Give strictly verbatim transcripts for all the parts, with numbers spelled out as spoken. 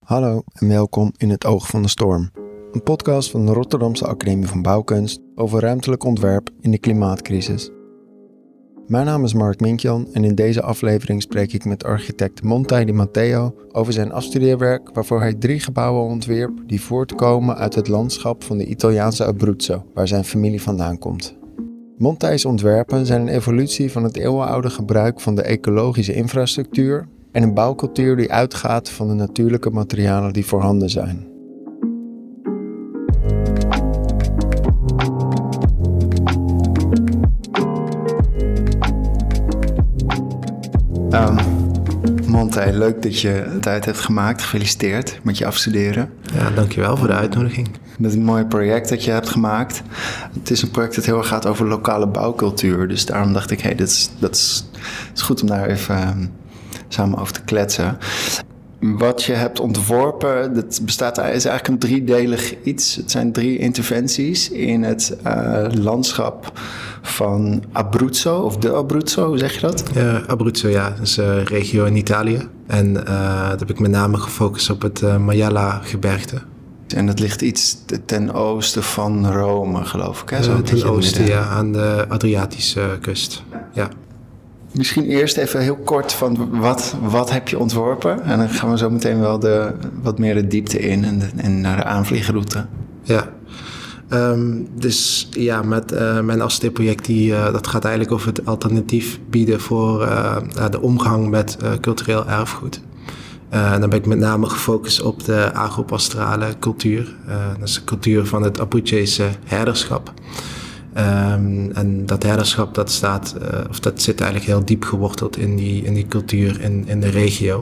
Hallo en welkom in Het Oog van de Storm. Een podcast van de Rotterdamse Academie van Bouwkunst over ruimtelijk ontwerp in de klimaatcrisis. Mijn naam is Mark Minkjan en in deze aflevering spreek ik met architect Montay Di Matteo over zijn afstudeerwerk waarvoor hij drie gebouwen ontwierp die voortkomen uit het landschap van de Italiaanse Abruzzo, waar zijn familie vandaan komt. Montay's ontwerpen zijn een evolutie van het eeuwenoude gebruik van de ecologische infrastructuur en een bouwcultuur die uitgaat van de natuurlijke materialen die voorhanden zijn. Um, Montay, leuk dat je het uit hebt gemaakt. Gefeliciteerd met je afstuderen. Ja, dankjewel voor de uitnodiging. Met een mooi project dat je hebt gemaakt. Het is een project dat heel erg gaat over lokale bouwcultuur. Dus daarom dacht ik, hé, hey, dat, is, dat is, is goed om daar even um, samen over te kletsen. Wat je hebt ontworpen, dat bestaat, is eigenlijk een driedelig iets. Het zijn drie interventies in het uh, landschap van Abruzzo, of de Abruzzo, hoe zeg je dat? Uh, Abruzzo, ja. Dat is een regio in Italië. En uh, daar heb ik met name gefocust op het uh, Majella-gebergte. En dat ligt iets ten oosten van Rome, geloof ik, hè? Zo uh, ten oosten, ja, aan de Adriatische kust, ja. Misschien eerst even heel kort van wat, wat heb je ontworpen? En dan gaan we zo meteen wel de, wat meer de diepte in en, de, en naar de aanvliegroute. Ja, um, dus ja, met uh, mijn afstudeerproject, die, uh, dat gaat eigenlijk over het alternatief bieden voor uh, de omgang met uh, cultureel erfgoed. Uh, en dan ben ik met name gefocust op de agropastorale cultuur. Uh, dat is de cultuur van het Abruzzese herderschap. Um, en dat herderschap dat staat, uh, of dat zit eigenlijk heel diep geworteld in die, in die cultuur in, in de regio.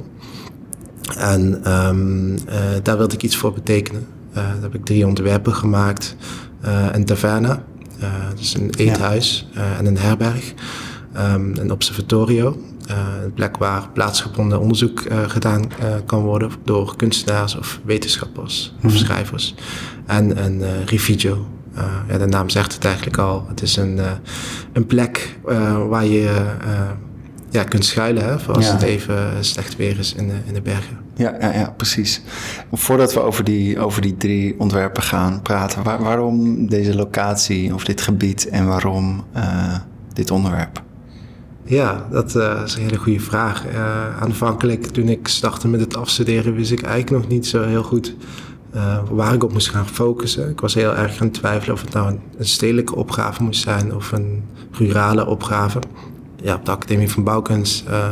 En um, uh, daar wilde ik iets voor betekenen. Uh, daar heb ik drie ontwerpen gemaakt. Uh, een taverne, uh, dus een eethuis ja. uh, en een herberg. Um, een observatorio, uh, een plek waar plaatsgebonden onderzoek uh, gedaan uh, kan worden door kunstenaars of wetenschappers mm-hmm. of schrijvers. En een uh, rifugio. Uh, ja, de naam zegt het eigenlijk al. Het is een, uh, een plek uh, waar je uh, ja, kunt schuilen hè, voor als ja. het even slecht weer is in de, in de bergen. Ja, ja, ja, precies. Voordat we over die, over die drie ontwerpen gaan praten, waar, waarom deze locatie of dit gebied en waarom uh, dit onderwerp? Ja, dat uh, is een hele goede vraag. Uh, aanvankelijk, toen ik startte met het afstuderen, wist ik eigenlijk nog niet zo heel goed Uh, waar ik op moest gaan focussen. Ik was heel erg gaan twijfelen of het nou een, een stedelijke opgave moest zijn of een rurale opgave. Ja, op de Academie van Bouwkunst uh,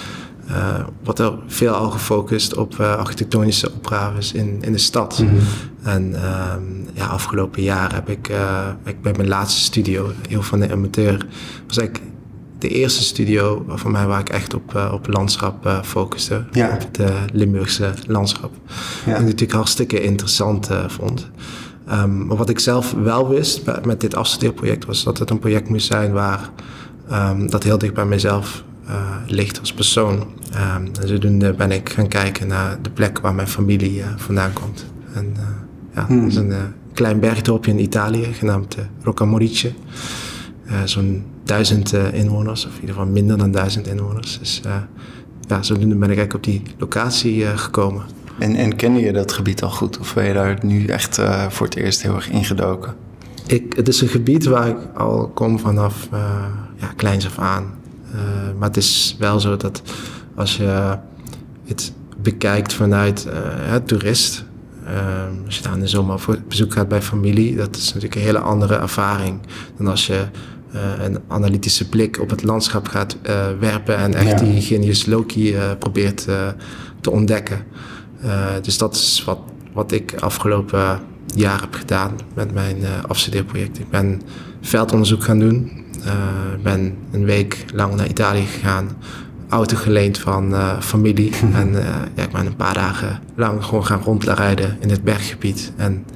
uh, wordt er veel al gefocust op uh, architectonische opgaves in, in de stad. Mm-hmm. En uh, ja, afgelopen jaar heb ik, uh, ik bij mijn laatste studio, Heel van de Amateur, was eigenlijk de eerste studio van mij waar ik echt op, uh, op landschap uh, focuste. Ja. Op het uh, Limburgse landschap. Ja. En die natuurlijk hartstikke interessant uh, vond. Um, maar wat ik zelf wel wist met dit afstudeerproject was dat het een project moest zijn waar um, dat heel dicht bij mezelf uh, ligt als persoon. Um, en zodoende ben ik gaan kijken naar de plek waar mijn familie uh, vandaan komt. En uh, ja, hmm. dat is een uh, klein bergdorpje in Italië genaamd uh, Roccamorice. Uh, zo'n duizend uh, inwoners, of in ieder geval minder dan duizend inwoners. Dus uh, ja, zodoende ben ik eigenlijk op die locatie uh, gekomen. En, en kende je dat gebied al goed? Of ben je daar nu echt uh, voor het eerst heel erg ingedoken? Ik, het is een gebied waar ik al kom vanaf uh, ja, kleins af aan. Uh, maar het is wel zo dat als je het bekijkt vanuit uh, ja, toerist, Uh, als je daar in de zomer voor bezoek gaat bij familie, dat is natuurlijk een hele andere ervaring dan als je uh, een analytische blik op het landschap gaat uh, werpen en echt ja. die genius loci uh, probeert uh, te ontdekken. Uh, dus dat is wat, wat ik afgelopen jaar heb gedaan met mijn uh, afstudeerproject. Ik ben veldonderzoek gaan doen. Ik uh, ben een week lang naar Italië gegaan. Auto geleend van uh, familie. En uh, ja, ik ben een paar dagen lang gewoon gaan rondrijden in het berggebied. En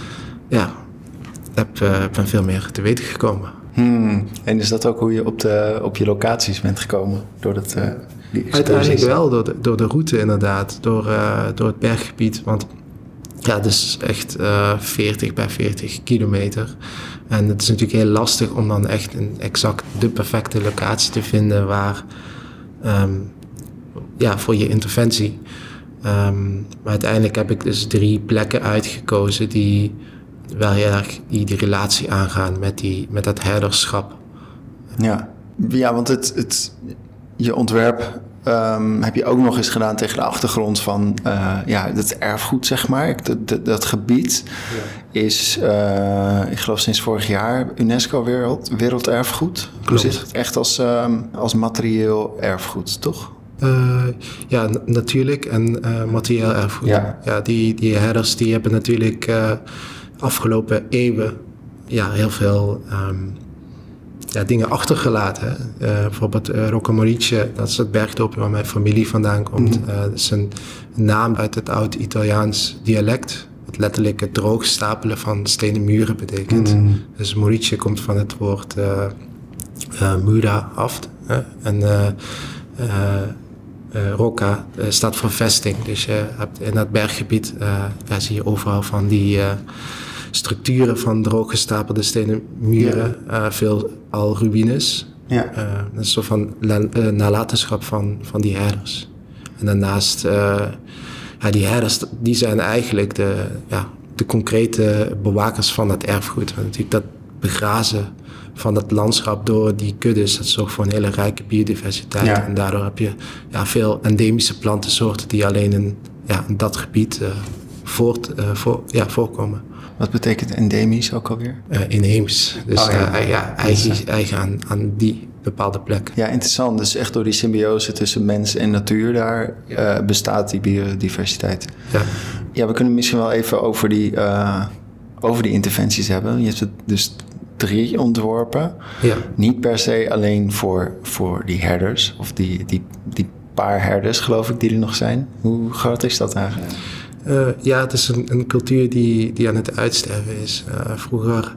ja, heb, uh, ben veel meer te weten gekomen. Hmm. En is dat ook hoe je op, de, op je locaties bent gekomen? Door dat, uh, die Uiteindelijk wel, door de, door de route inderdaad. Door, uh, door het berggebied. Want ja, het is echt uh, veertig bij veertig kilometer. En het is natuurlijk heel lastig om dan echt een exact de perfecte locatie te vinden waar... Um, ja, voor je interventie. Um, maar uiteindelijk heb ik dus drie plekken uitgekozen die wel heel erg die, die relatie aangaan met, die, met dat herderschap. Ja, ja want het, het, je ontwerp um, heb je ook nog eens gedaan tegen de achtergrond van uh, ja, het erfgoed, zeg maar. Dat, dat, dat gebied ja. is, uh, ik geloof sinds vorig jaar, UNESCO wereld, werelderfgoed. Klopt. Zit het echt als, um, als materieel erfgoed, toch? Uh, ja, n- natuurlijk. En uh, materieel erfgoed. Ja. Ja, die, die herders die hebben natuurlijk uh, afgelopen eeuwen ja, heel veel um, ja, dingen achtergelaten. Uh, bijvoorbeeld uh, Rocca-Morice, dat is het bergdorp waar mijn familie vandaan komt. Mm-hmm. Uh, dat is een naam uit het oud-Italiaans dialect, wat letterlijk het droog stapelen van stenen muren betekent. Mm-hmm. Dus Morice komt van het woord uh, uh, mura af. Uh, en uh, uh, uh, Rocca uh, staat voor vesting. Dus je hebt in dat berggebied uh, ja, zie je overal van die uh, structuren van droog gestapelde stenen muren, ja. uh, veel al ruïnes. Ja. Uh, dat is zo van la- uh, nalatenschap van, van die herders. En daarnaast, uh, ja, die herders, die zijn eigenlijk de, ja, de concrete bewakers van het erfgoed. Want natuurlijk dat begrazen van het landschap door die kuddes, dat zorgt voor een hele rijke biodiversiteit. Ja. En daardoor heb je ja, veel endemische plantensoorten die alleen in, ja, in dat gebied uh, voort, uh, voor, ja, voorkomen. Wat betekent endemisch ook alweer? Uh, inheems. Dus oh, ja. Uh, ja, eigen, eigen aan, aan die bepaalde plek. Ja, interessant. Dus echt door die symbiose tussen mens en natuur, daar uh, bestaat die biodiversiteit. Ja. Ja, we kunnen misschien wel even over die, uh, over die interventies hebben. Je hebt het dus drie ontworpen. Ja. Niet per se alleen voor, voor die herders, of die, die, die paar herders, geloof ik, die er nog zijn. Hoe groot is dat eigenlijk? Uh, ja, het is een, een cultuur die, die aan het uitsterven is. Uh, vroeger,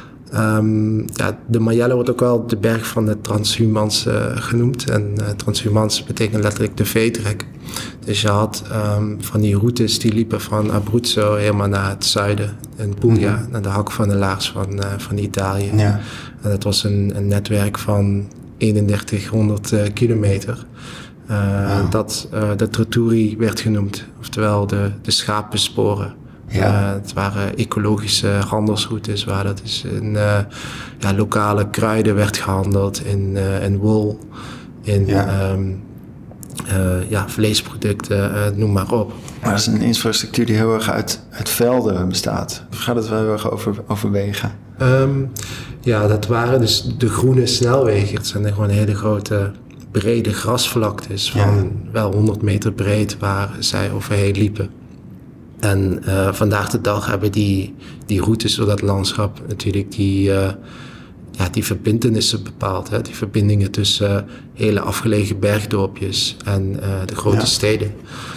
um, ja, de Majella wordt ook wel de berg van de transhumans uh, genoemd. En uh, transhumans betekent letterlijk de veetrek. Dus je had um, van die routes die liepen van Abruzzo helemaal naar het zuiden. In Puglia, mm-hmm. naar de hak van de laars van, uh, van Italië. Ja. En dat was een, een netwerk van eenendertighonderd uh, kilometer. Uh, wow. Dat uh, de Trattori werd genoemd, oftewel de, de schapensporen. Ja. Uh, het waren ecologische handelsroutes waar dat dus in uh, ja, lokale kruiden werd gehandeld, in, uh, in wol, in ja. Um, uh, ja, vleesproducten, uh, noem maar op. Maar dat is een infrastructuur die heel erg uit, uit velden bestaat. Of gaat het wel heel erg over, over wegen? Um, ja, dat waren dus de groene snelwegen. Het zijn gewoon hele grote brede grasvlaktes van ja. wel honderd meter breed waar zij overheen liepen. En uh, vandaag de dag hebben die, die routes door dat landschap natuurlijk die, uh, ja, die verbintenissen bepaald. Hè? Die verbindingen tussen uh, hele afgelegen bergdorpjes en uh, de grote ja. steden.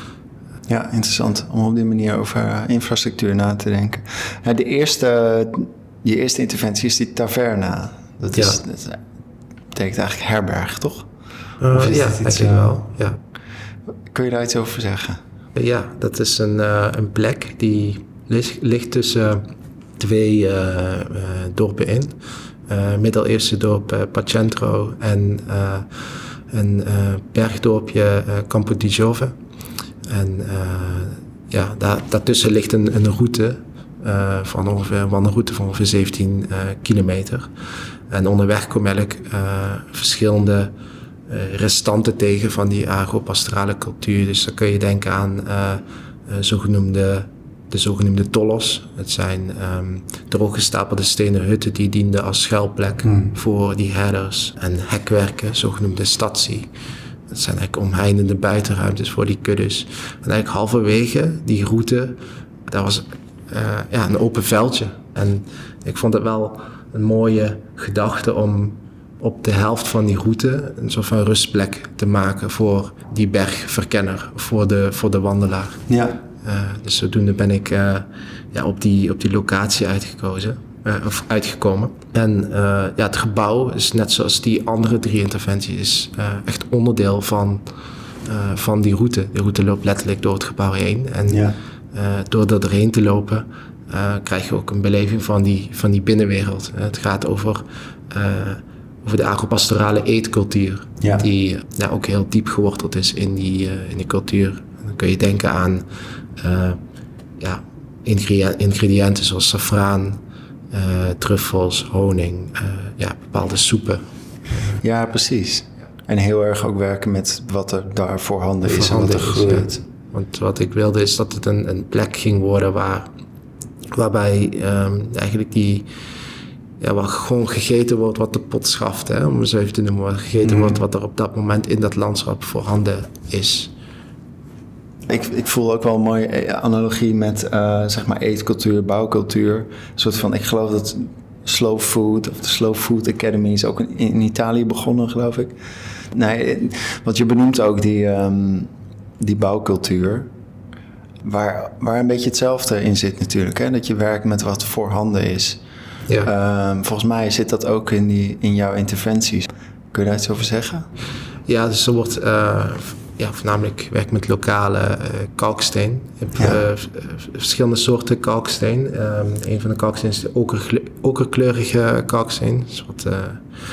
Ja, interessant om op die manier over uh, infrastructuur na te denken. Ja, de eerste, die eerste interventie is die taverna. Dat, is, ja. dat betekent eigenlijk herberg, toch? Uh, ja, eigenlijk uh, wel, ja. Kun je daar iets over zeggen? Ja, dat is een, uh, een plek die ligt, ligt tussen twee uh, uh, dorpen in. Uh, middeleeuwse dorp uh, Pacentro en uh, een uh, bergdorpje uh, Campo di Giove. En uh, ja, daar, daartussen ligt een, een route uh, van ongeveer, een wandelroute van ongeveer zeventien uh, kilometer. En onderweg kom je eigenlijk uh, verschillende Uh, restanten tegen van die agropastorale cultuur. Dus dan kun je denken aan uh, uh, zogenoemde, de zogenoemde tollos. Het zijn um, drooggestapelde stenen hutten die dienden als schuilplek hmm. voor die herders. En hekwerken, zogenoemde statie. Dat zijn eigenlijk omheinende buitenruimtes voor die kuddes. En eigenlijk halverwege die route, daar was uh, ja, een open veldje. En ik vond het wel een mooie gedachte om op de helft van die route een soort van rustplek te maken voor die bergverkenner, voor de, voor de wandelaar. Ja. Uh, dus zodoende ben ik uh, ja, op, die, op die locatie uitgekozen, uh, of uitgekomen. En uh, ja, het gebouw is net zoals die andere drie interventies is uh, echt onderdeel van, uh, van die route. De route loopt letterlijk door het gebouw heen. En ja. uh, door er doorheen te lopen uh, krijg je ook een beleving van die, van die binnenwereld. Uh, het gaat over Uh, over de agropastorale eetcultuur, ja. die ja, ook heel diep geworteld is in die, uh, in die cultuur. Dan kun je denken aan uh, ja, ingrediënten zoals safraan, uh, truffels, honing, uh, ja, bepaalde soepen. Ja, precies. En heel erg ook werken met wat er daar voorhanden is en wat er groeit. Ja. Want wat ik wilde is dat het een, een plek ging worden waar, waarbij um, eigenlijk die... Ja, waar gewoon gegeten wordt wat de pot schaft, hè, om het zo even te noemen. Waar gegeten mm. wordt wat er op dat moment in dat landschap voorhanden is. Ik, ik voel ook wel een mooie analogie met uh, zeg maar eetcultuur, bouwcultuur. Een soort van, ik geloof dat Slow Food of de Slow Food Academy is ook in, in Italië begonnen, geloof ik. Nee, want je benoemt ook die, um, die bouwcultuur. Waar, waar een beetje hetzelfde in zit natuurlijk. Hè? Dat je werkt met wat voorhanden is. Ja. Um, volgens mij zit dat ook in, die, in jouw interventies. Kun je daar iets over zeggen? Ja, dus er wordt uh, ja, voornamelijk werk met lokale uh, kalksteen. Je hebt ja. uh, verschillende soorten kalksteen. Um, een van de kalkstenen is de oker, okerkleurige kalksteen. Dus wat, uh,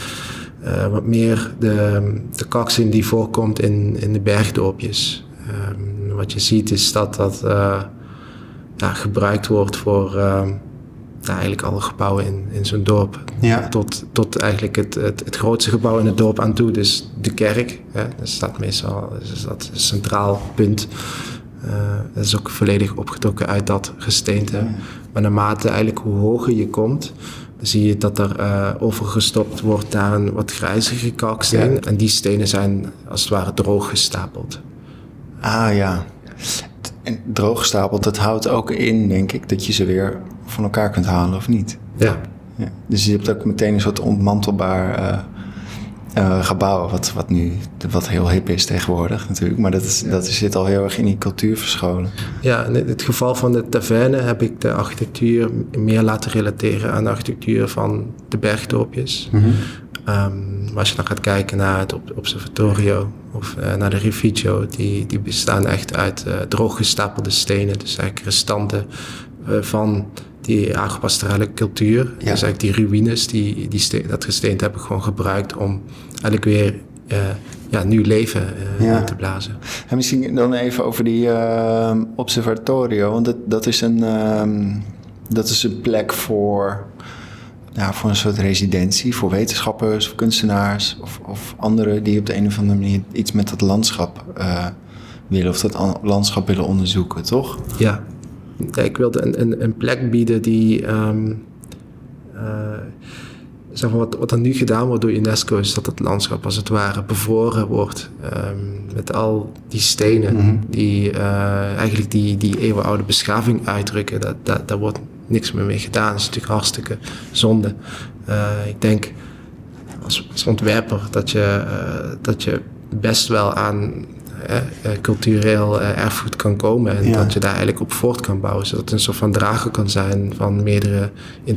uh, wat meer de, de kalksteen die voorkomt in, in de bergdorpjes. Um, wat je ziet is dat dat uh, ja, gebruikt wordt voor... Uh, Ja, eigenlijk alle gebouwen in, in zo'n dorp. Ja. Tot, tot eigenlijk het, het, het grootste gebouw in het dorp aan toe. Dus de kerk. Hè. Dat staat meestal is dat een centraal punt. Uh, dat is ook volledig opgetrokken uit dat gesteente. Ja. Maar naarmate eigenlijk hoe hoger je komt... dan zie je dat er uh, overgestopt wordt naar een wat grijzige kalksteen. Ja. En die stenen zijn als het ware droog gestapeld. Ah ja. En droog gestapeld, dat houdt ook in, denk ik, dat je ze weer van elkaar kunt halen, of niet? Ja. ja. Dus je hebt ook meteen een soort ontmantelbaar uh, uh, gebouw, wat, wat nu wat heel hip is tegenwoordig natuurlijk. Maar dat, is, ja. dat zit al heel erg in die cultuur verscholen. Ja, in het geval van de taverne heb ik de architectuur meer laten relateren aan de architectuur van de bergdorpjes. Mm-hmm. Um, maar als je dan gaat kijken naar het observatorio of uh, naar de Rifugio, die, die bestaan echt uit uh, drooggestapelde stenen. Dus eigenlijk restanten uh, van die agropastorale cultuur. Ja. Dus eigenlijk die ruïnes, die, die steen, dat gesteente heb ik gewoon gebruikt om eigenlijk weer uh, ja, nieuw leven uh, ja. te blazen. En misschien dan even over die uh, observatorio, want dat, dat, is een, um, dat is een plek voor... Ja, voor een soort residentie, voor wetenschappers of kunstenaars of, of anderen die op de een of andere manier iets met dat landschap uh, willen of dat landschap willen onderzoeken, toch? Ja, ja ik wilde een, een, een plek bieden die, um, uh, zeg maar wat, wat er nu gedaan wordt door UNESCO is dat het landschap als het ware bevroren wordt um, met al die stenen mm-hmm. die uh, eigenlijk die, die eeuwenoude beschaving uitdrukken. Dat, dat, daar wordt niks meer mee gedaan. Dat is natuurlijk hartstikke zonde. Uh, ik denk als, als ontwerper dat je, uh, dat je best wel aan uh, uh, cultureel uh, erfgoed kan komen en ja. dat je daar eigenlijk op voort kan bouwen, zodat het een soort van drager kan zijn van meerdere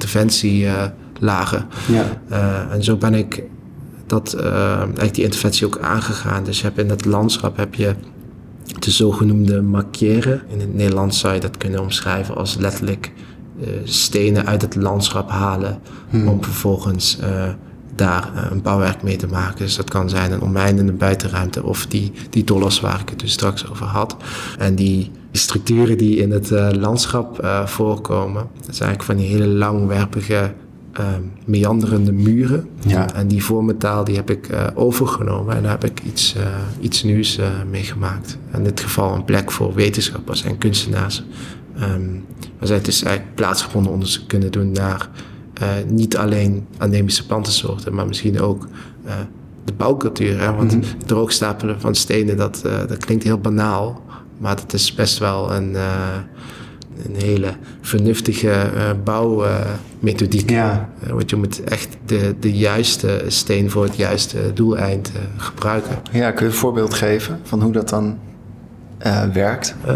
interventielagen. Uh, ja. uh, en zo ben ik dat, uh, eigenlijk die interventie ook aangegaan. Dus je hebt in het landschap heb je de zogenoemde markeren. In het Nederlands zou je dat kunnen omschrijven als letterlijk Uh, stenen uit het landschap halen hmm. om vervolgens uh, daar uh, een bouwwerk mee te maken. Dus dat kan zijn een omheinende buitenruimte of die, die dollars waar ik het dus straks over had. En die, die structuren die in het uh, landschap uh, voorkomen, dat zijn eigenlijk van die hele langwerpige uh, meanderende muren. Ja. En die vormetaal die heb ik uh, overgenomen en daar heb ik iets, uh, iets nieuws uh, mee gemaakt. In dit geval een plek voor wetenschappers en kunstenaars. Um, waar zij dus eigenlijk plaatsgebonden onderzoek kunnen doen naar uh, niet alleen endemische plantensoorten, maar misschien ook uh, de bouwcultuur. Hè? Want mm-hmm. het droogstapelen van stenen, dat, uh, dat klinkt heel banaal, maar dat is best wel een, uh, een hele vernuftige uh, bouwmethodiek. Uh, ja. uh, want je moet echt de, de juiste steen voor het juiste doeleind uh, gebruiken. Ja, kun je een voorbeeld geven van hoe dat dan uh, werkt? Uh,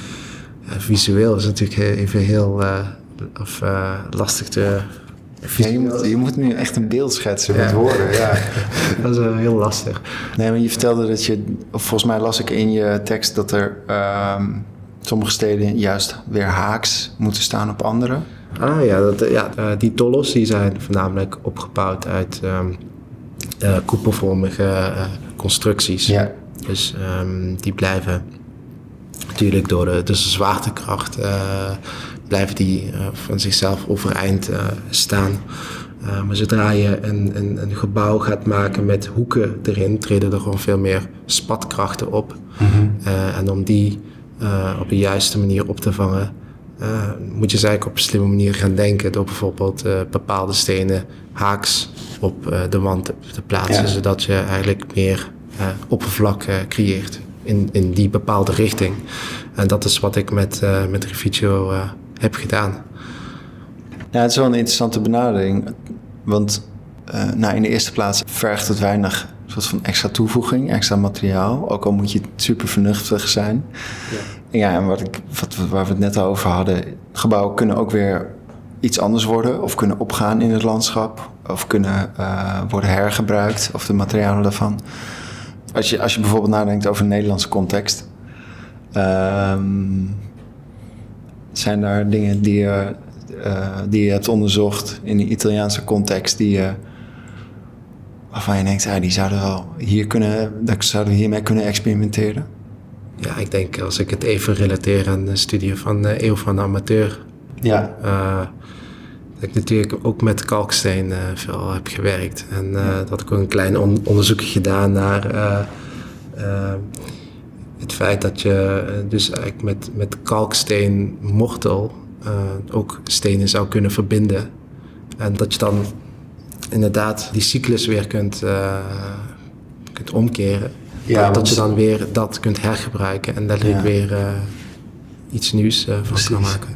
Visueel is natuurlijk even heel uh, of, uh, lastig te... Ja, je, moet, je moet nu echt een beeld schetsen met ja. woorden. Ja. Dat is uh, heel lastig. Nee, maar je vertelde dat je... Of volgens mij las ik in je tekst dat er um, sommige steden juist weer haaks moeten staan op andere. Ah ja, dat, ja uh, die tollos die zijn voornamelijk opgebouwd uit um, uh, koepelvormige uh, constructies. Ja. Dus um, die blijven... Natuurlijk door de, de zwaartekracht uh, blijven die uh, van zichzelf overeind uh, staan. Uh, maar zodra je een, een, een gebouw gaat maken met hoeken erin, treden er gewoon veel meer spatkrachten op. Mm-hmm. Uh, en om die uh, op de juiste manier op te vangen, uh, moet je dus eigenlijk op een slimme manier gaan denken door bijvoorbeeld uh, bepaalde stenen haaks op uh, de wand te, te plaatsen, ja. Zodat je eigenlijk meer uh, oppervlak uh, creëert in, in die bepaalde richting. En dat is wat ik met, uh, met Refugio uh, heb gedaan. Ja, het is wel een interessante benadering. Want uh, nou, in de eerste plaats vergt het weinig soort van extra toevoeging, extra materiaal. Ook al moet je super vernuftig zijn. Ja, ja en wat ik, wat, waar we het net over hadden, gebouwen kunnen ook weer iets anders worden. Of kunnen opgaan in het landschap. Of kunnen uh, worden hergebruikt. Of de materialen daarvan. Als je, als je bijvoorbeeld nadenkt over een Nederlandse context. Um, zijn daar dingen die je... Uh, die je hebt onderzocht in de Italiaanse context, die je, waarvan je denkt, ah, die zouden wel hier kunnen, dat zouden we hiermee kunnen experimenteren? Ja, ik denk als ik het even relateer aan de studie van de Eeuw van de Amateur. Ja. Uh, dat ik natuurlijk ook met kalksteen uh, veel heb gewerkt. En uh, ja. dat ik ook een klein on- onderzoekje gedaan naar uh, uh, het feit dat je uh, dus eigenlijk met, met kalksteen mortel Uh, ook stenen zou kunnen verbinden. En dat je dan inderdaad die cyclus weer kunt, uh, kunt omkeren. Ja, dat, dat je dan weer dat kunt hergebruiken en daar ja. weer uh, iets nieuws uh, van Precies. kan maken.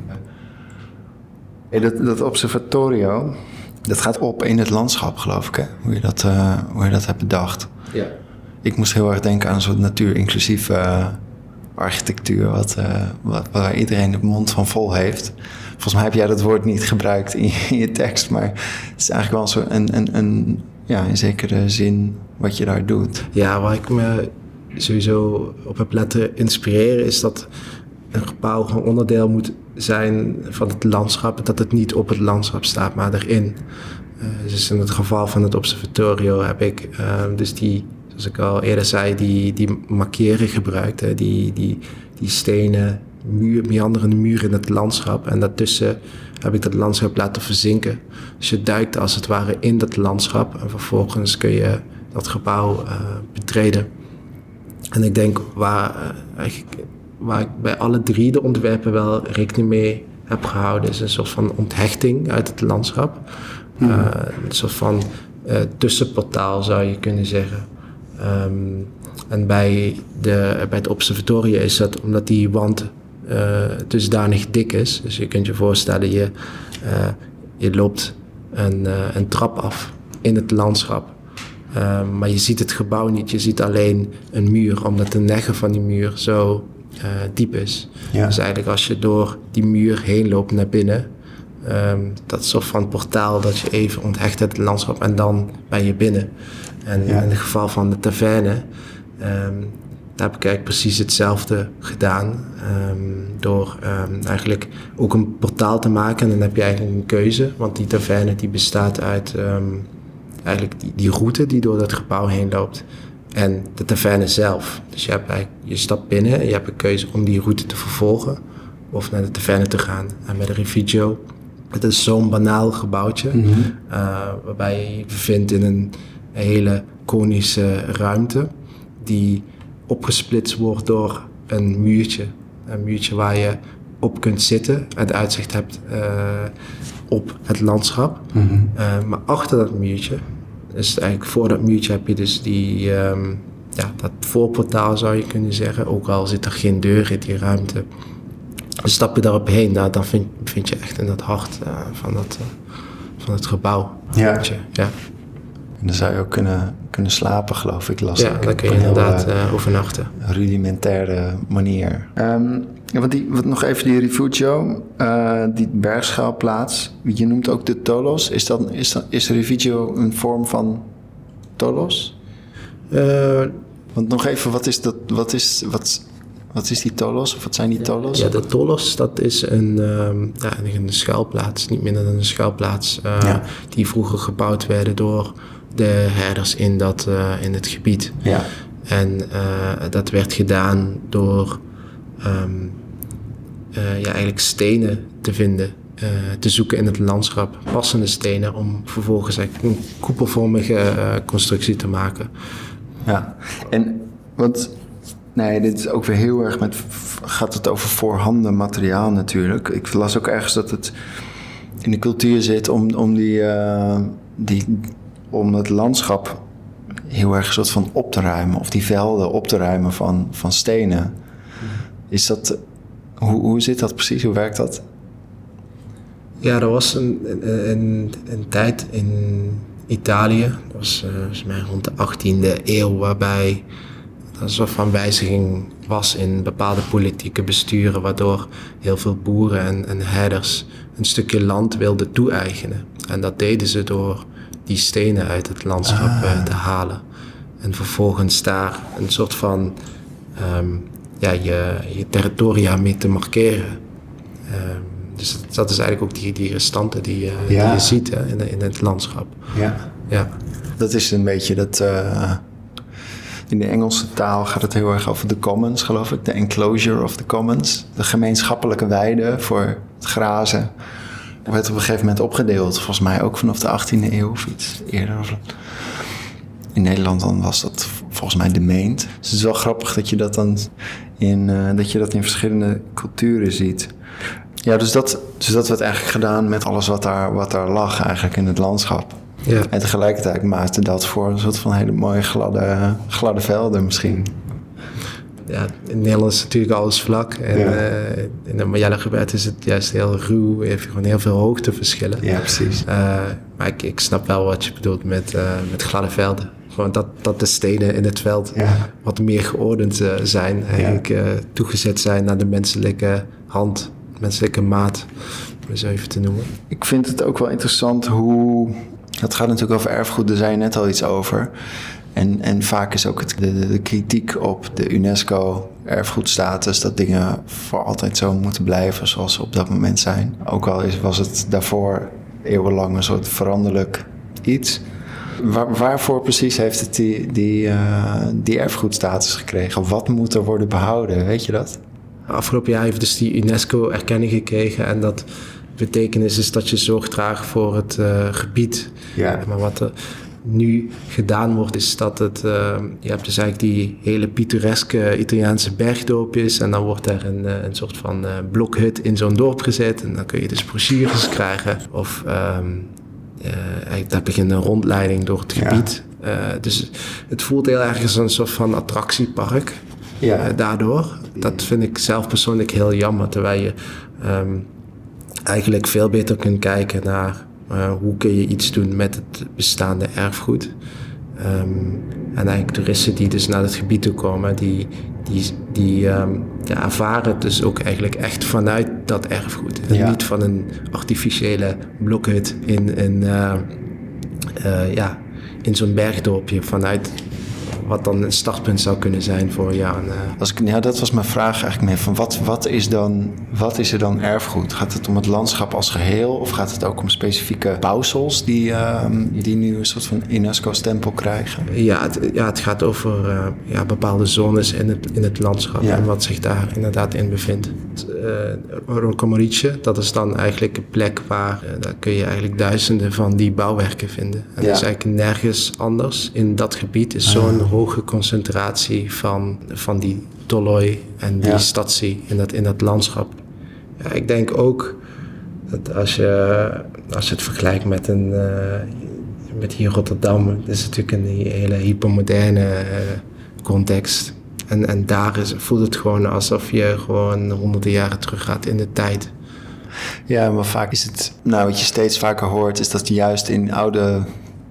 Hey, dat, dat observatorio, dat gaat op in het landschap, geloof ik, hè? Hoe je dat, uh, hoe je dat hebt bedacht. Ja. Ik moest heel erg denken aan een soort natuur-inclusieve uh, architectuur, wat, uh, wat, waar iedereen de mond van vol heeft. Volgens mij heb jij dat woord niet gebruikt in je, in je tekst, maar het is eigenlijk wel zo een, een, een, ja, in zekere zin wat je daar doet. Ja, waar ik me sowieso op heb laten inspireren is dat een gebouw gewoon onderdeel moet zijn van het landschap, dat het niet op het landschap staat, maar erin. Uh, dus in het geval van het observatorio heb ik uh, dus die, zoals ik al eerder zei, die, die markeren gebruikt, hè, die, die, die stenen, muur, meanderende muur in het landschap. En daartussen heb ik dat landschap laten verzinken. Dus je duikt als het ware in dat landschap en vervolgens kun je dat gebouw uh, betreden. En ik denk waar, uh, eigenlijk, waar ik bij alle drie de ontwerpen wel rekening mee heb gehouden, is een soort van onthechting uit het landschap. Hmm. Uh, een soort van uh, tussenportaal zou je kunnen zeggen. Um, en bij, de, bij het observatorium is dat omdat die wand uh, dusdanig dik is. Dus je kunt je voorstellen, je, uh, je loopt een, uh, een trap af in het landschap. Uh, maar je ziet het gebouw niet, je ziet alleen een muur, omdat de neggen van die muur zo uh, diep is. Ja. Dus eigenlijk als je door die muur heen loopt naar binnen, um, dat soort van portaal dat je even onthecht uit het landschap en dan ben je binnen. En ja. in het geval van de taverne, um, daar heb ik eigenlijk precies hetzelfde gedaan. Um, door um, eigenlijk ook een portaal te maken. En dan heb je eigenlijk een keuze. Want die taverne die bestaat uit um, eigenlijk die, die route die door dat gebouw heen loopt. En de taverne zelf. Dus je, hebt eigenlijk, je stapt binnen en je hebt een keuze om die route te vervolgen. Of naar de taverne te gaan. En bij de Refugio, het is zo'n banaal gebouwtje. Mm-hmm. Uh, waarbij je je bevindt in een Een hele konische ruimte die opgesplitst wordt door een muurtje. Een muurtje waar je op kunt zitten en het uitzicht hebt uh, op het landschap. Mm-hmm. Uh, maar achter dat muurtje, dus eigenlijk voor dat muurtje heb je dus die, um, ja, dat voorportaal zou je kunnen zeggen. Ook al zit er geen deur in die ruimte. Dus stap je daarop heen, nou, dan vind, vind je echt in het hart uh, van, dat, uh, van het gebouw. Ja. ja. En dan zou je ook kunnen, kunnen slapen, geloof ik. Lastig. Ja, dan kun je inderdaad uh, uh, overnachten. Rudimentaire manier. Um, ja, wat die, wat nog even die Refugio, uh, die bergschaalplaats. Je noemt ook de Tolos. Is, dat, is, dat, is de Refugio een vorm van Tolos? Uh, Want nog even, wat is, dat, wat, is, wat, wat is die Tolos? Of wat zijn die Tolos? Ja, de Tolos, dat is een, um, ja, een schuilplaats. Niet minder dan een schuilplaats. Uh, ja. Die vroeger gebouwd werden door de herders in, dat, uh, in het gebied. Ja. En uh, dat werd gedaan door um, uh, ja, eigenlijk stenen te vinden, uh, te zoeken in het landschap, passende stenen, om vervolgens eigenlijk een koepelvormige uh, constructie te maken. Ja, en want nee, dit is ook weer heel erg met, gaat het over voorhanden materiaal natuurlijk. Ik las ook ergens dat het in de cultuur zit om, om die, uh, die, om het landschap heel erg een soort van op te ruimen, of die velden op te ruimen van, van stenen. Is dat, hoe, hoe zit dat precies? Hoe werkt dat? Ja, er was een, een, een, een tijd in Italië, dat was uh, volgens mij rond de achttiende eeuw, waarbij er een soort van wijziging was in bepaalde politieke besturen, waardoor heel veel boeren en, en herders een stukje land wilden toe-eigenen. En dat deden ze door die stenen uit het landschap ah. uh, te halen. En vervolgens daar een soort van um, ja, je, je territoria mee te markeren. Um, dus dat, dat is eigenlijk ook die, die restanten die, uh, ja. die je ziet hè, in, in het landschap. Ja. Ja. Dat is een beetje dat... Uh, in de Engelse taal gaat het heel erg over de commons, geloof ik. De enclosure of the commons. De gemeenschappelijke weide voor het grazen. Dat werd op een gegeven moment opgedeeld. Volgens mij ook vanaf de achttiende eeuw of iets eerder. In Nederland dan was dat volgens mij de meent. Dus het is wel grappig dat je dat dan in, uh, dat je dat in verschillende culturen ziet. Ja, dus dat, dus dat werd eigenlijk gedaan met alles wat daar, wat daar lag eigenlijk in het landschap. Ja. En tegelijkertijd maakte dat voor een soort van hele mooie gladde, gladde velden misschien. Ja, in Nederland is natuurlijk alles vlak. En ja. uh, in het Marjellengebied is het juist heel ruw. Je hebt gewoon heel veel hoogteverschillen. Ja, precies. Uh, maar ik, ik snap wel wat je bedoelt met, uh, met gladde velden. Gewoon dat, dat de stenen in het veld ja. wat meer geordend uh, zijn. Eigenlijk ja. uh, toegezet zijn naar de menselijke hand, menselijke maat. Om zo even te noemen. Ik vind het ook wel interessant hoe... Het gaat natuurlijk over erfgoed, daar zei je net al iets over. En, en vaak is ook het, de, de kritiek op de UNESCO-erfgoedstatus... dat dingen voor altijd zo moeten blijven zoals ze op dat moment zijn. Ook al is, was het daarvoor eeuwenlang een soort veranderlijk iets. Waar, waarvoor precies heeft het die, die, uh, die erfgoedstatus gekregen? Wat moet er worden behouden, weet je dat? Afgelopen jaar heeft dus die UNESCO-erkenning gekregen... en dat betekenis is dat je zorg draagt voor het uh, gebied. Ja. Maar wat er nu gedaan wordt, is dat het... Uh, je hebt dus eigenlijk die hele pittoreske Italiaanse bergdorpjes... en dan wordt er een, een soort van uh, blokhut in zo'n dorp gezet... en dan kun je dus brochures krijgen. Of um, uh, eigenlijk daar begint een rondleiding door het gebied. Ja. Uh, dus het voelt heel erg als een soort van attractiepark. Ja. Uh, daardoor. Dat vind ik zelf persoonlijk heel jammer, terwijl je... Um, eigenlijk veel beter kunt kijken naar uh, hoe kun je iets doen met het bestaande erfgoed. Um, en eigenlijk toeristen die dus naar het gebied toe komen, die, die, die um, ja, ervaren het dus ook eigenlijk echt vanuit dat erfgoed. En ja. niet van een artificiële blokhut in, in, uh, uh, ja, in zo'n bergdorpje vanuit... wat dan een startpunt zou kunnen zijn voor ja, een, uh... Als ik, ja, dat was mijn vraag eigenlijk meer. Van wat, wat, is dan, wat is er dan erfgoed? Gaat het om het landschap als geheel? Of gaat het ook om specifieke bouwsels die, uh, die nu een soort van UNESCO-stempel krijgen? Ja, het, ja, het gaat over uh, ja, bepaalde zones in het, in het landschap ja. en wat zich daar inderdaad in bevindt. Uh, Rocca dat is dan eigenlijk een plek waar uh, daar kun je eigenlijk duizenden van die bouwwerken vinden. En ja. dat is eigenlijk nergens anders. In dat gebied is zo'n uh. hoge concentratie van, van die toloi en die ja. statie in dat, in dat landschap. Ja, ik denk ook dat als je, als je het vergelijkt met, een, uh, met hier Rotterdam, dat is natuurlijk een hele hypermoderne uh, context. En, en daar is, voelt het gewoon alsof je gewoon honderden jaren terug gaat in de tijd. Ja, maar vaak is het... Nou, wat je steeds vaker hoort, is dat juist in oude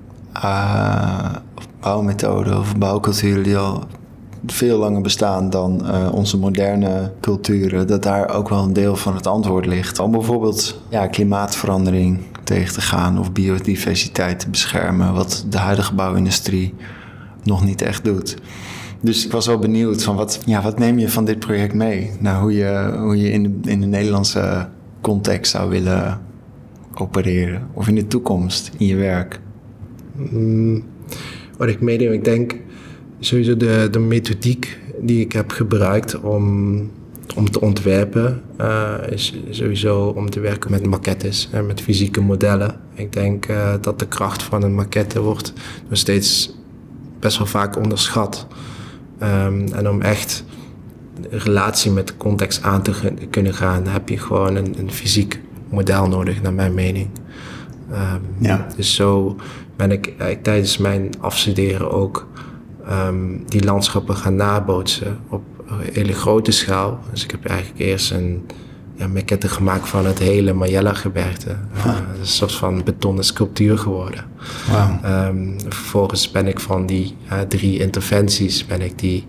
uh, bouwmethoden of bouwculturen die al veel langer bestaan dan uh, onze moderne culturen, dat daar ook wel een deel van het antwoord ligt. Om bijvoorbeeld ja, klimaatverandering tegen te gaan of biodiversiteit te beschermen, wat de huidige bouwindustrie nog niet echt doet. Dus ik was wel benieuwd van wat, ja, wat neem je van dit project mee? Nou, hoe je, hoe je in, de, in de Nederlandse context zou willen opereren. Of in de toekomst, in je werk. Mm, wat ik meeneem, ik denk sowieso de, de methodiek die ik heb gebruikt om, om te ontwerpen uh, is sowieso om te werken met maquettes en met fysieke modellen. Ik denk uh, dat de kracht van een maquette wordt nog steeds best wel vaak onderschat. Um, en om echt een relatie met de context aan te g- kunnen gaan, heb je gewoon een, een fysiek model nodig, naar mijn mening. Um, ja. Dus zo ben ik uh, tijdens mijn afstuderen ook um, die landschappen gaan nabootsen op een hele grote schaal. Dus ik heb eigenlijk eerst een ja, maquette gemaakt van het hele Majella-gebergte. Uh, huh. Een soort van betonnen sculptuur geworden. Wow. Um, vervolgens ben ik van die uh, drie interventies ben ik die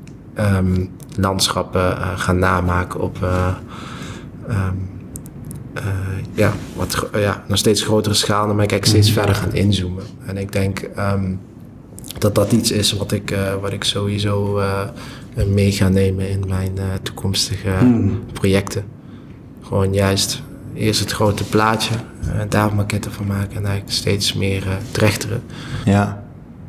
um, landschappen uh, gaan namaken op uh, um, uh, ja, wat, uh, ja, nog steeds grotere schaal. Dan ben ik eigenlijk steeds verder gaan inzoomen. En ik denk um, dat dat iets is wat ik, uh, wat ik sowieso uh, mee ga nemen in mijn uh, toekomstige hmm. projecten. Gewoon juist eerst het grote plaatje, uh, daar maquetten van maken en eigenlijk steeds meer uh, trechteren. Ja,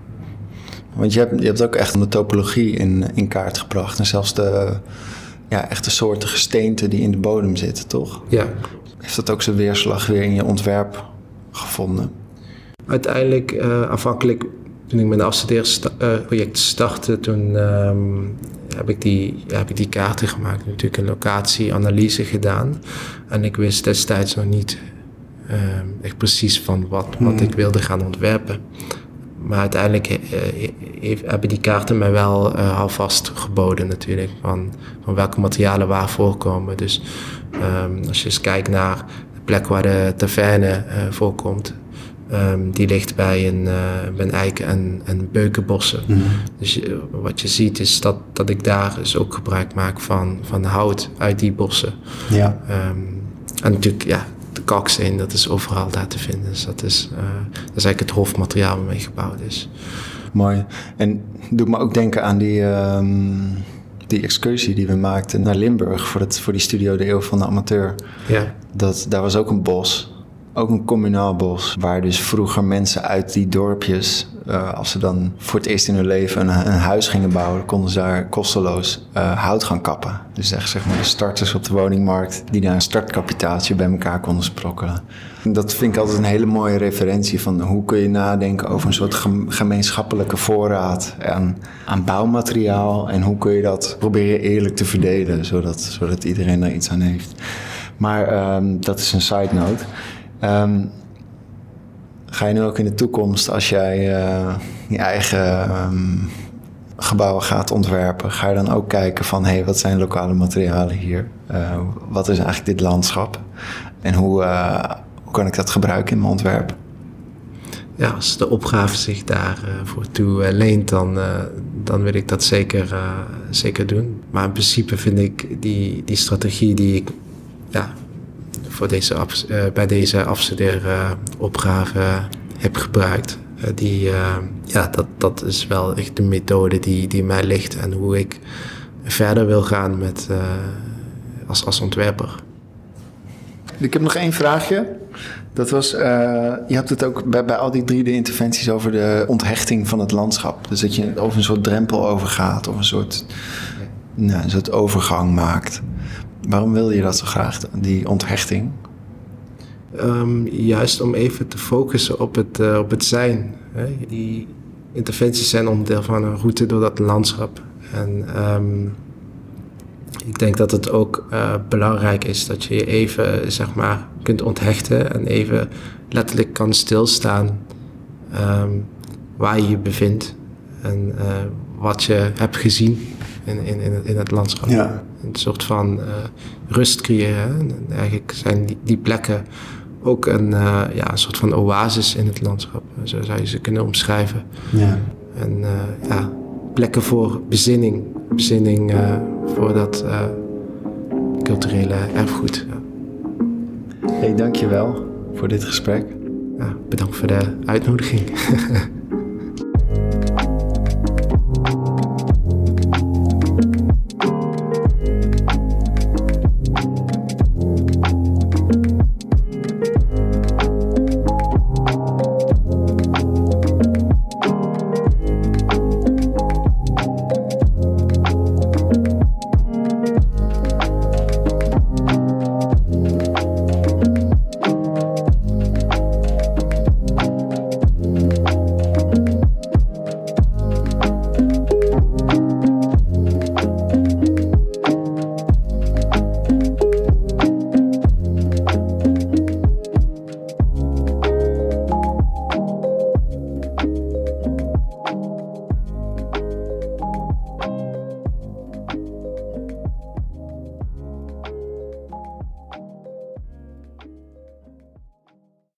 want je hebt, je hebt ook echt de topologie in, in kaart gebracht en zelfs de ja, echte soorten gesteenten die in de bodem zitten, toch? Ja. Heeft dat ook zijn weerslag weer in je ontwerp gevonden? Uiteindelijk, uh, afhankelijk, toen ik mijn afstudeerproject startte, toen um, heb, ik die, ja, heb ik die kaarten gemaakt. Natuurlijk een locatieanalyse gedaan. En ik wist destijds nog niet uh, echt precies van wat, wat hmm. ik wilde gaan ontwerpen. Maar uiteindelijk uh, heeft, hebben die kaarten mij wel uh, alvast geboden natuurlijk. Van, van welke materialen waar voorkomen. Dus um, als je eens kijkt naar de plek waar de taverne uh, voorkomt. Um, die ligt bij een, uh, bij een eiken- en, en beukenbossen. Mm. Dus uh, wat je ziet is dat, dat ik daar dus ook gebruik maak van, van hout uit die bossen. Ja. Um, en natuurlijk, ja, de kalksteen, dat is overal daar te vinden. Dus dat is, uh, dat is eigenlijk het hoofdmateriaal waarmee gebouwd is. Mooi. En doet me ook denken aan die, um, die excursie die we maakten naar Limburg voor, het, voor die studio De Eeuw van de Amateur. Ja. Dat, daar was ook een bos. Ook een communaal bos, waar dus vroeger mensen uit die dorpjes, uh, als ze dan voor het eerst in hun leven een, een huis gingen bouwen, konden ze daar kosteloos uh, hout gaan kappen. Dus echt zeg maar de starters op de woningmarkt die daar een startkapitaaltje bij elkaar konden sprokkelen. En dat vind ik altijd een hele mooie referentie van hoe kun je nadenken over een soort gem- gemeenschappelijke voorraad aan, aan bouwmateriaal en hoe kun je dat proberen eerlijk te verdelen, zodat, zodat iedereen daar iets aan heeft. Maar um, dat is een side note. Um, ga je nu ook in de toekomst, als jij uh, je eigen um, gebouwen gaat ontwerpen, ga je dan ook kijken van, hé, hey, wat zijn lokale materialen hier? Uh, wat is eigenlijk dit landschap? En hoe, uh, hoe kan ik dat gebruiken in mijn ontwerp? Ja, als de opgave zich daarvoor uh, voor toe uh, leent, dan, uh, dan wil ik dat zeker, uh, zeker doen. Maar in principe vind ik die, die strategie die ik ja, voor deze af, uh, bij deze afstudeeropgave uh, heb gebruikt. Uh, die, uh, ja, dat, dat is wel echt de methode die, die mij ligt en hoe ik verder wil gaan met, uh, als, als ontwerper. Ik heb nog één vraagje. Dat was, uh, je hebt het ook bij, bij al die drie de interventies over de onthechting van het landschap. Dus dat je over een soort drempel overgaat of een soort, nou, een soort overgang maakt. Waarom wil je dat zo graag, die onthechting? Um, juist om even te focussen op het, uh, op het zijn. Hè. Die interventies zijn onderdeel van een route door dat landschap. En um, ik denk dat het ook uh, belangrijk is dat je je even, zeg maar, kunt onthechten en even letterlijk kan stilstaan um, waar je je bevindt en uh, wat je hebt gezien in, in, in, het, in het landschap. Ja. Een soort van uh, rust creëren. En eigenlijk zijn die, die plekken ook een, uh, ja, een soort van oasis in het landschap. Zo zou je ze kunnen omschrijven. Ja. En uh, ja, plekken voor bezinning. Bezinning uh, voor dat uh, culturele erfgoed. Ja. Hey, dank je wel voor dit gesprek. Ja, bedankt voor de uitnodiging.